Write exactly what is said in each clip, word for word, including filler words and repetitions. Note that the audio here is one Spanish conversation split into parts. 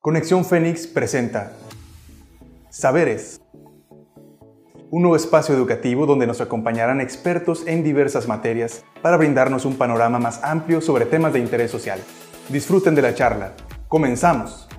Conexión Fénix presenta Saberes, un nuevo espacio educativo donde nos acompañarán expertos en diversas materias para brindarnos un panorama más amplio sobre temas de interés social. Disfruten de la charla. ¡Comenzamos!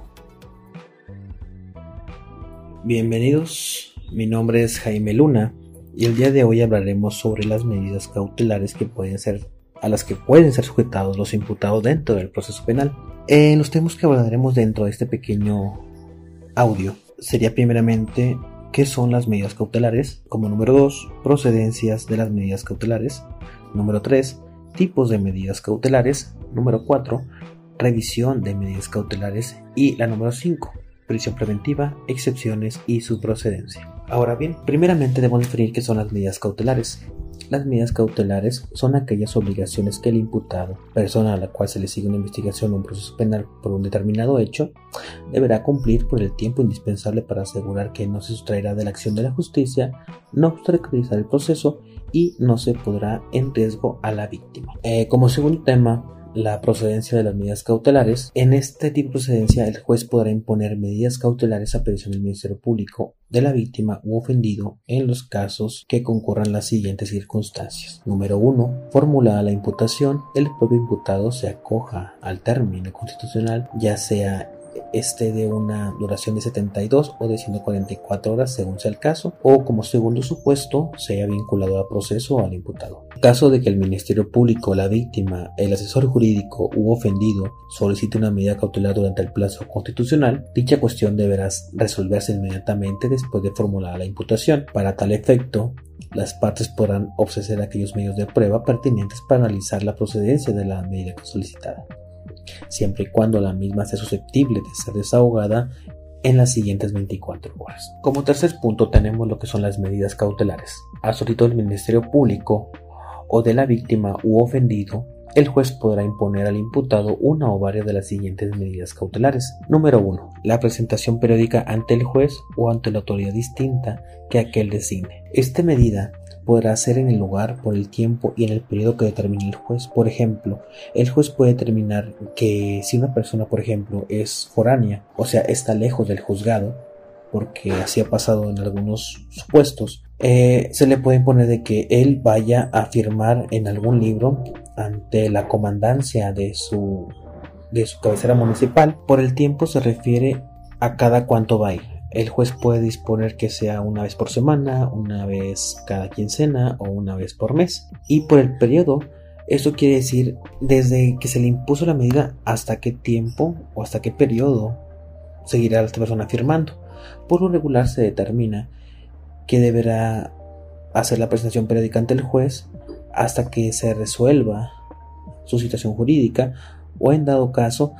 Bienvenidos, mi nombre es Jaime Luna y el día de hoy hablaremos sobre las medidas cautelares que pueden ser, a las que pueden ser sujetados los imputados dentro del proceso penal. Eh, los temas que hablaremos dentro de este pequeño audio sería primeramente qué son las medidas cautelares, como número dos, procedencias de las medidas cautelares, número tres, tipos de medidas cautelares, número cuatro, revisión de medidas cautelares y la número cinco, prisión preventiva, excepciones y su procedencia. Ahora bien, primeramente debemos definir qué son las medidas cautelares. Las medidas cautelares son aquellas obligaciones que el imputado, persona a la cual se le sigue una investigación o un proceso penal por un determinado hecho, deberá cumplir por el tiempo indispensable para asegurar que no se sustraerá de la acción de la justicia, no obstaculizar el proceso y no se pondrá en riesgo a la víctima. Eh, como segundo tema, la procedencia de las medidas cautelares. En este tipo de procedencia, el juez podrá imponer medidas cautelares a petición del Ministerio Público, de la víctima u ofendido en los casos que concurran las siguientes circunstancias. Número uno. Formulada la imputación, el propio imputado se acoja al término constitucional, ya sea este de una duración de setenta y dos o de ciento cuarenta y cuatro horas según sea el caso, o como segundo supuesto se haya vinculado al proceso o al imputado. En caso de que el Ministerio Público, la víctima, el asesor jurídico u ofendido solicite una medida cautelar durante el plazo constitucional, dicha cuestión deberá resolverse inmediatamente después de formulada la imputación. Para tal efecto, las partes podrán ofrecer aquellos medios de prueba pertinentes para analizar la procedencia de la medida solicitada, siempre y cuando la misma sea susceptible de ser desahogada en las siguientes veinticuatro horas. Como tercer punto tenemos lo que son las medidas cautelares. A solicitud del Ministerio Público o de la víctima u ofendido, el juez podrá imponer al imputado una o varias de las siguientes medidas cautelares. Número uno. La presentación periódica ante el juez o ante la autoridad distinta que aquel designe. Esta medida podrá ser en el lugar, por el tiempo y en el periodo que determine el juez. Por ejemplo, el juez puede determinar que si una persona, por ejemplo, es foránea, o sea, está lejos del juzgado, porque así ha pasado en algunos supuestos, eh, se le puede imponer de que él vaya a firmar en algún libro ante la comandancia de su, de su cabecera municipal. Por el tiempo se refiere a cada cuánto va a ir. El juez puede disponer que sea una vez por semana, una vez cada quincena o una vez por mes. Y por el periodo, esto quiere decir desde que se le impuso la medida hasta qué tiempo o hasta qué periodo seguirá esta persona firmando. Por lo regular se determina que deberá hacer la presentación periódica ante el juez hasta que se resuelva su situación jurídica o, en dado caso,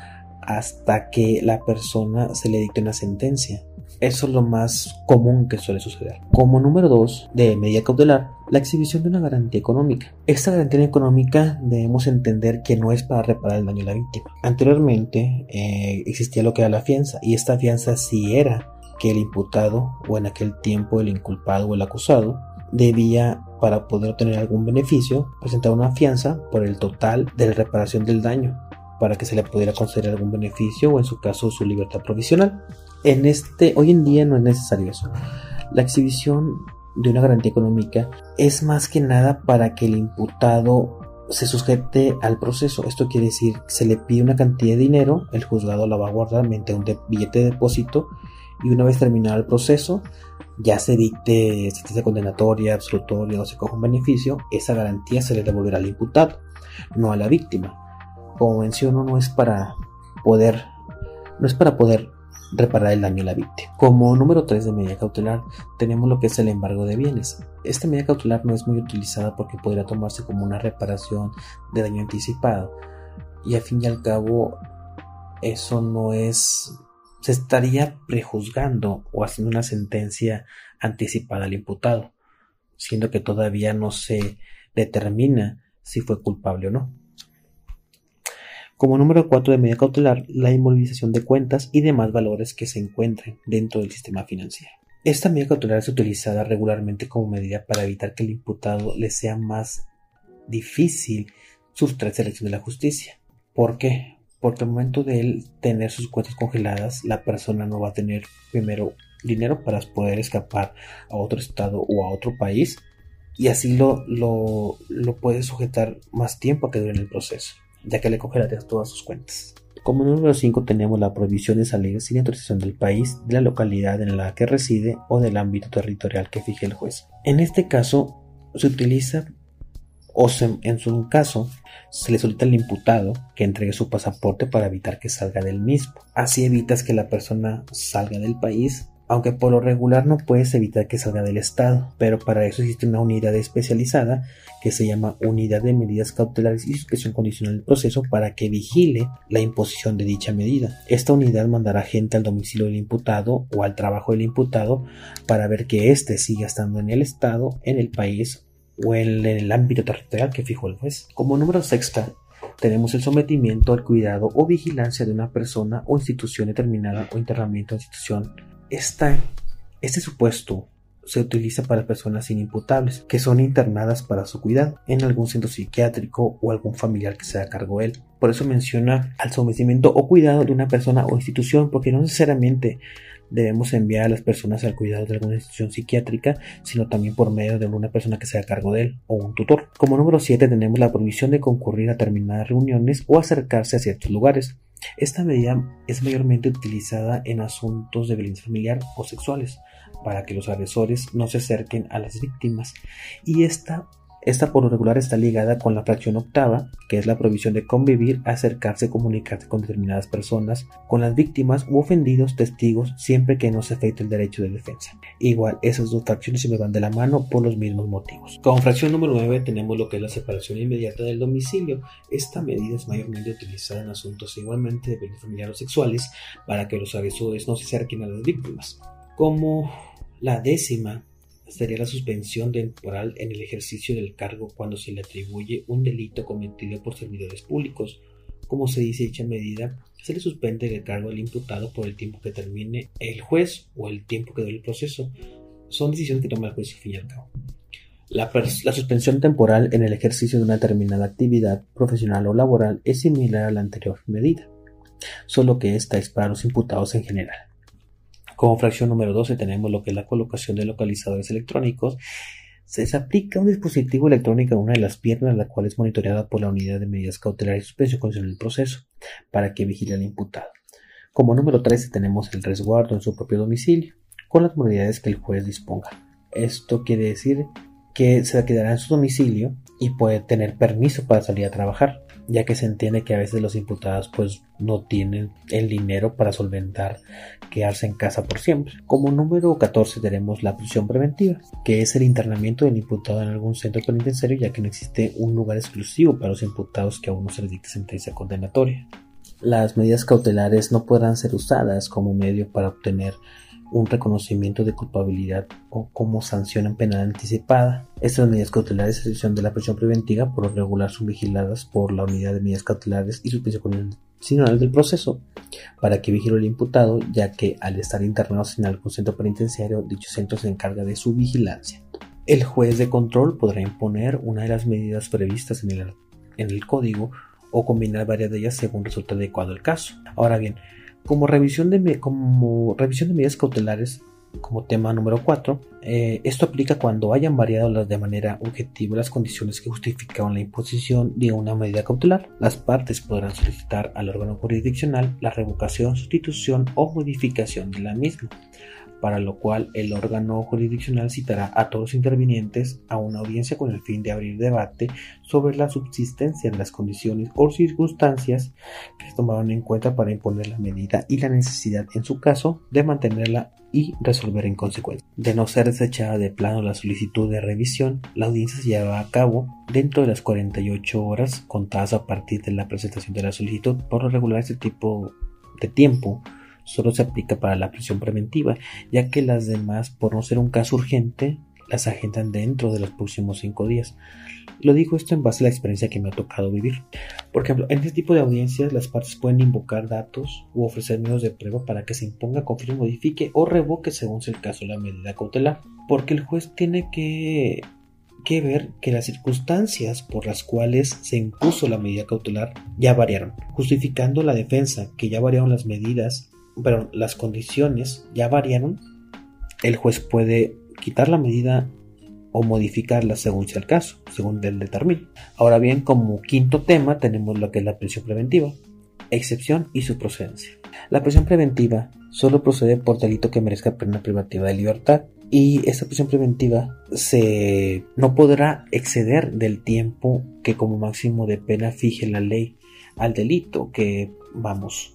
hasta que la persona se le dicte una sentencia. Eso es lo más común que suele suceder. Como número dos de medida cautelar, la exhibición de una garantía económica. Esta garantía económica debemos entender que no es para reparar el daño a la víctima. Anteriormente eh, existía lo que era la fianza, y esta fianza sí era que el imputado, o en aquel tiempo el inculpado o el acusado, debía, para poder obtener algún beneficio, presentar una fianza por el total de la reparación del daño, para que se le pudiera conceder algún beneficio o, en su caso, su libertad provisional. En este, hoy en día no es necesario eso. La exhibición de una garantía económica es más que nada para que el imputado se sujete al proceso. Esto quiere decir que se le pide una cantidad de dinero, el juzgado la va a guardar mediante un de- billete de depósito, y una vez terminado el proceso, ya se dicte sentencia condenatoria, absolutoria o se coja un beneficio, esa garantía se le devolverá al imputado, no a la víctima. Como menciono, no es para poder, no es para poder reparar el daño a la víctima. Como número tres de medida cautelar tenemos lo que es el embargo de bienes. Esta medida cautelar no es muy utilizada porque podría tomarse como una reparación de daño anticipado, y al fin y al cabo eso no es, se estaría prejuzgando o haciendo una sentencia anticipada al imputado, siendo que todavía no se determina si fue culpable o no. Como número cuatro de medida cautelar, la inmovilización de cuentas y demás valores que se encuentren dentro del sistema financiero. Esta medida cautelar es utilizada regularmente como medida para evitar que el imputado le sea más difícil sustraerse a la acción de la justicia. ¿Por qué? porque al momento de él tener sus cuentas congeladas, la persona no va a tener primero dinero para poder escapar a otro estado o a otro país, y así lo, lo, lo puede sujetar más tiempo a que dure el proceso, ya que le congelaría todas sus cuentas. Como número cinco tenemos la prohibición de salir sin autorización del país, de la localidad en la que reside o del ámbito territorial que fije el juez. En este caso se utiliza, o se, en su caso se le solicita al imputado que entregue su pasaporte para evitar que salga del mismo. Así evitas que la persona salga del país, aunque por lo regular no puedes evitar que salga del estado, pero para eso existe una unidad especializada que se llama Unidad de Medidas Cautelares y Suspensión Condicional del Proceso para que vigile la imposición de dicha medida. Esta unidad mandará gente al domicilio del imputado o al trabajo del imputado para ver que éste siga estando en el estado, en el país o en el ámbito territorial que fijó el juez. Como número sexta tenemos el sometimiento al cuidado o vigilancia de una persona o institución determinada o internamiento de institución. Esta, este supuesto se utiliza para personas inimputables que son internadas para su cuidado en algún centro psiquiátrico o algún familiar que se haga cargo de él. Por eso menciona al sometimiento o cuidado de una persona o institución, porque no necesariamente debemos enviar a las personas al cuidado de alguna institución psiquiátrica, sino también por medio de una persona que se haga cargo de él o un tutor. Como número siete tenemos la prohibición de concurrir a determinadas reuniones o acercarse a ciertos lugares. Esta medida es mayormente utilizada en asuntos de violencia familiar o sexuales, para que los agresores no se acerquen a las víctimas, y esta, esta por lo regular está ligada con la fracción octava, que es la prohibición de convivir, acercarse, comunicarse con determinadas personas, con las víctimas u ofendidos testigos, siempre que no se afecte el derecho de defensa. Igual, esas dos fracciones se me van de la mano por los mismos motivos. Con fracción número nueve tenemos lo que es la separación inmediata del domicilio. Esta medida es mayormente utilizada en asuntos igualmente de violencia familiar o sexuales, para que los agresores no se acerquen a las víctimas. Como la décima sería la suspensión temporal en el ejercicio del cargo cuando se le atribuye un delito cometido por servidores públicos. Como se dice, dicha medida se le suspende el cargo al imputado por el tiempo que termine el juez o el tiempo que dure el proceso. Son decisiones que toma el juez al fin y al cabo. La, la suspensión temporal en el ejercicio de una determinada actividad profesional o laboral es similar a la anterior medida, solo que esta es para los imputados en general. Como fracción número doce tenemos lo que es la colocación de localizadores electrónicos. Se les aplica un dispositivo electrónico a una de las piernas, la cual es monitoreada por la Unidad de Medidas Cautelares y Suspensión Condicional del Proceso, para que vigile al imputado. Como número trece tenemos el resguardo en su propio domicilio, con las modalidades que el juez disponga. Esto quiere decir que se quedará en su domicilio y puede tener permiso para salir a trabajar, ya que se entiende que a veces los imputados pues no tienen el dinero para solventar quedarse en casa por siempre. Como número catorce tenemos la prisión preventiva, que es el internamiento del imputado en algún centro penitenciario, ya que no existe un lugar exclusivo para los imputados que aún no se les dicte sentencia condenatoria. Las medidas cautelares no podrán ser usadas como medio para obtener un reconocimiento de culpabilidad o como sanción penal anticipada. Estas medidas cautelares, a excepción de la prisión preventiva, por lo regular son vigiladas por la Unidad de Medidas Cautelares y Suspensión Condicional del Proceso, para que vigile el imputado, ya que al estar internados en algún centro penitenciario, dicho centro se encarga de su vigilancia. El juez de control podrá imponer una de las medidas previstas en el, en el código o combinar varias de ellas según resulte adecuado el caso. Ahora bien, Como revisión, de, como revisión de medidas cautelares, como tema número cuatro, eh, esto aplica cuando hayan variado las, de manera objetiva las condiciones que justificaban la imposición de una medida cautelar. Las partes podrán solicitar al órgano jurisdiccional la revocación, sustitución o modificación de la misma, para lo cual el órgano jurisdiccional citará a todos los intervinientes a una audiencia con el fin de abrir debate sobre la subsistencia de las condiciones o circunstancias que se tomaron en cuenta para imponer la medida y la necesidad, en su caso, de mantenerla y resolver en consecuencia. De no ser desechada de plano la solicitud de revisión, la audiencia se llevará a cabo dentro de las cuarenta y ocho horas contadas a partir de la presentación de la solicitud. Por lo regular, este tipo de tiempo solo se aplica para la prisión preventiva, ya que las demás, por no ser un caso urgente, las agendan dentro de los próximos cinco días. Lo digo esto en base a la experiencia que me ha tocado vivir. Por ejemplo, en este tipo de audiencias las partes pueden invocar datos u ofrecer medios de prueba para que se imponga, confirme, modifique o revoque según sea el caso la medida cautelar, porque el juez tiene que, que ver que las circunstancias por las cuales se impuso la medida cautelar ya variaron, justificando la defensa que ya variaron las medidas, pero las condiciones ya variaron. El juez puede quitar la medida o modificarla según sea el caso, según él determine. Ahora bien, como quinto tema tenemos lo que es la prisión preventiva, excepción y su procedencia. La prisión preventiva solo procede por delito que merezca pena privativa de libertad, y esta prisión preventiva se no podrá exceder del tiempo que como máximo de pena fije la ley al delito, que vamos,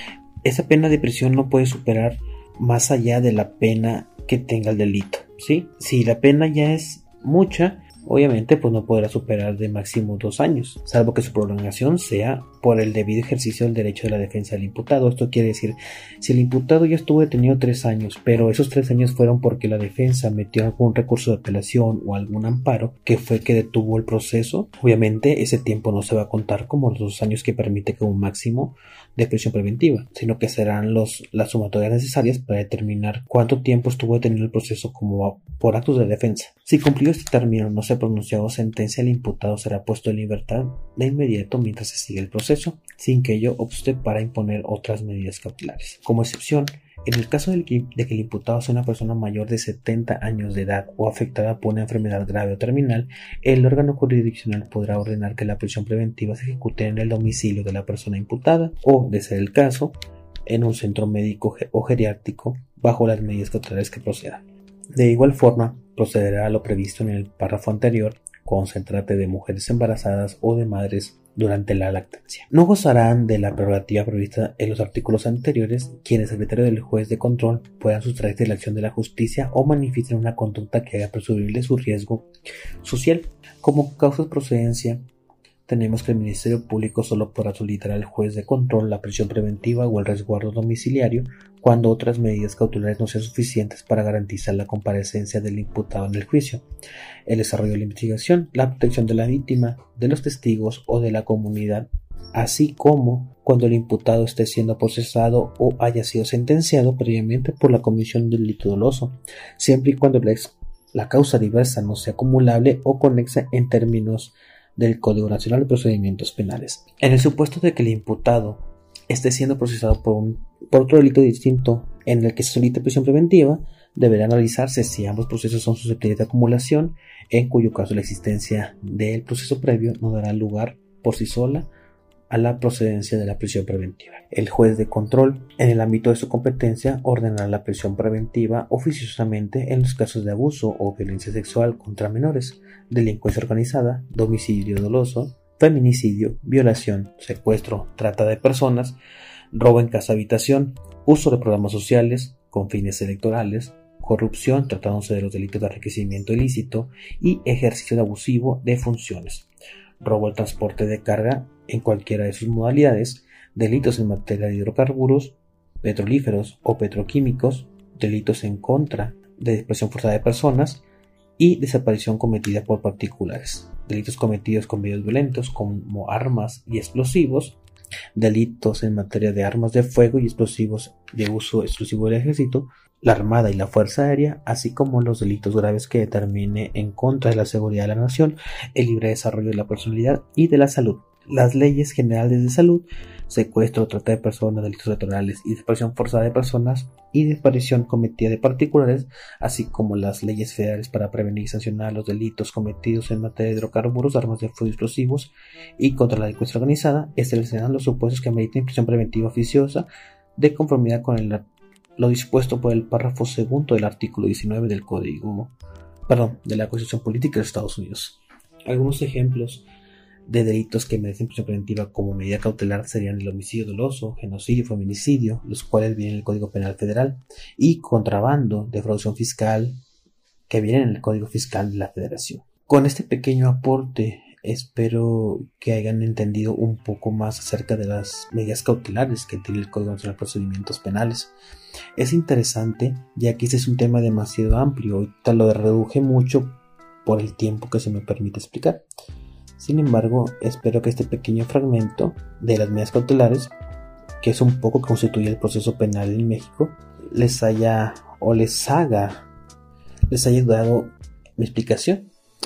esa pena de prisión no puede superar más allá de la pena que tenga el delito, ¿sí? Si la pena ya es mucha, obviamente pues no podrá superar de máximo dos años, salvo que su prolongación sea por el debido ejercicio del derecho de la defensa del imputado. Esto quiere decir, si el imputado ya estuvo detenido tres años, pero esos tres años fueron porque la defensa metió algún recurso de apelación o algún amparo que fue que detuvo el proceso, obviamente ese tiempo no se va a contar como los dos años que permite como máximo de prisión preventiva, sino que serán los, las sumatorias necesarias para determinar cuánto tiempo estuvo detenido el proceso como por actos de defensa. Si cumplido este término no se pronunció sentencia, el imputado será puesto en libertad de inmediato mientras se sigue el proceso, sin que ello obste para imponer otras medidas cautelares. Como excepción, en el caso de que, de que el imputado sea una persona mayor de setenta años de edad o afectada por una enfermedad grave o terminal, el órgano jurisdiccional podrá ordenar que la prisión preventiva se ejecute en el domicilio de la persona imputada o, de ser el caso, en un centro médico o geriátrico bajo las medidas cautelares que procedan. De igual forma, procederá a lo previsto en el párrafo anterior cuando se trate de mujeres embarazadas o de madres durante la lactancia. No gozarán de la prerrogativa prevista en los artículos anteriores quienes al criterio del juez de control puedan sustraerse de la acción de la justicia o manifiesten una conducta que haga presumible su riesgo social. Como causa de procedencia, tenemos que el Ministerio Público solo podrá solicitar al juez de control la prisión preventiva o el resguardo domiciliario cuando otras medidas cautelares no sean suficientes para garantizar la comparecencia del imputado en el juicio, el desarrollo de la investigación, la protección de la víctima, de los testigos o de la comunidad, así como cuando el imputado esté siendo procesado o haya sido sentenciado previamente por la comisión del delito doloso, siempre y cuando la, la causa diversa no sea acumulable o conexa en términos del Código Nacional de Procedimientos Penales. En el supuesto de que el imputado esté siendo procesado por, un, por otro delito distinto en el que se solicite prisión preventiva, deberá analizarse si ambos procesos son susceptibles de acumulación, en cuyo caso la existencia del proceso previo no dará lugar por sí sola a la procedencia de la prisión preventiva. El juez de control, en el ámbito de su competencia, ordenará la prisión preventiva oficiosamente en los casos de abuso o violencia sexual contra menores, delincuencia organizada, domicilio doloso, feminicidio, violación, secuestro, trata de personas, robo en casa habitación, uso de programas sociales con fines electorales, corrupción tratándose de los delitos de enriquecimiento ilícito y ejercicio abusivo de funciones, robo al transporte de carga en cualquiera de sus modalidades, delitos en materia de hidrocarburos, petrolíferos o petroquímicos, delitos en contra de desaparición forzada de personas y desaparición cometida por particulares, delitos cometidos con medios violentos como armas y explosivos, delitos en materia de armas de fuego y explosivos de uso exclusivo del ejército, la Armada y la Fuerza Aérea, así como los delitos graves que determine en contra de la seguridad de la nación, el libre desarrollo de la personalidad y de la salud. Las leyes generales de salud, secuestro, trata de personas, delitos electorales y desaparición forzada de personas y desaparición cometida de particulares, así como las leyes federales para prevenir y sancionar los delitos cometidos en materia de hidrocarburos, armas de fuego y explosivos y contra la delincuencia organizada, establecerán los supuestos que ameriten prisión preventiva oficiosa de conformidad con el, lo dispuesto por el párrafo segundo del artículo diecinueve del Código, perdón, de la Constitución Política de Estados Unidos. Algunos ejemplos de delitos que merecen prisión preventiva como medida cautelar serían el homicidio doloso, genocidio, feminicidio, los cuales vienen en el Código Penal Federal, y contrabando, defraudación fiscal, que vienen en el Código Fiscal de la Federación. Con este pequeño aporte, espero que hayan entendido un poco más acerca de las medidas cautelares que tiene el Código Nacional de Procedimientos Penales. Es interesante, ya que este es un tema demasiado amplio, ahorita lo reduje mucho por el tiempo que se me permite explicar. Sin embargo, espero que este pequeño fragmento de las medidas cautelares, que es un poco que constituye el proceso penal en México, les haya o les haga, les haya dado mi explicación.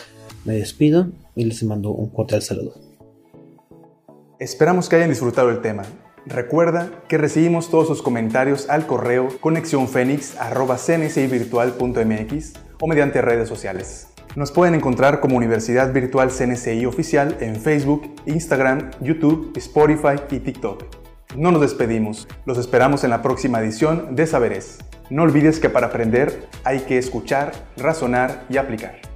Me despido y les mando un cordial saludo. Esperamos que hayan disfrutado el tema. Recuerda que recibimos todos sus comentarios al correo conexiónfénix arroba c n s i virtual punto m x o mediante redes sociales. Nos pueden encontrar como Universidad Virtual C N C I Oficial en Facebook, Instagram, YouTube, Spotify y TikTok. No nos despedimos, los esperamos en la próxima edición de Saberes. No olvides que para aprender hay que escuchar, razonar y aplicar.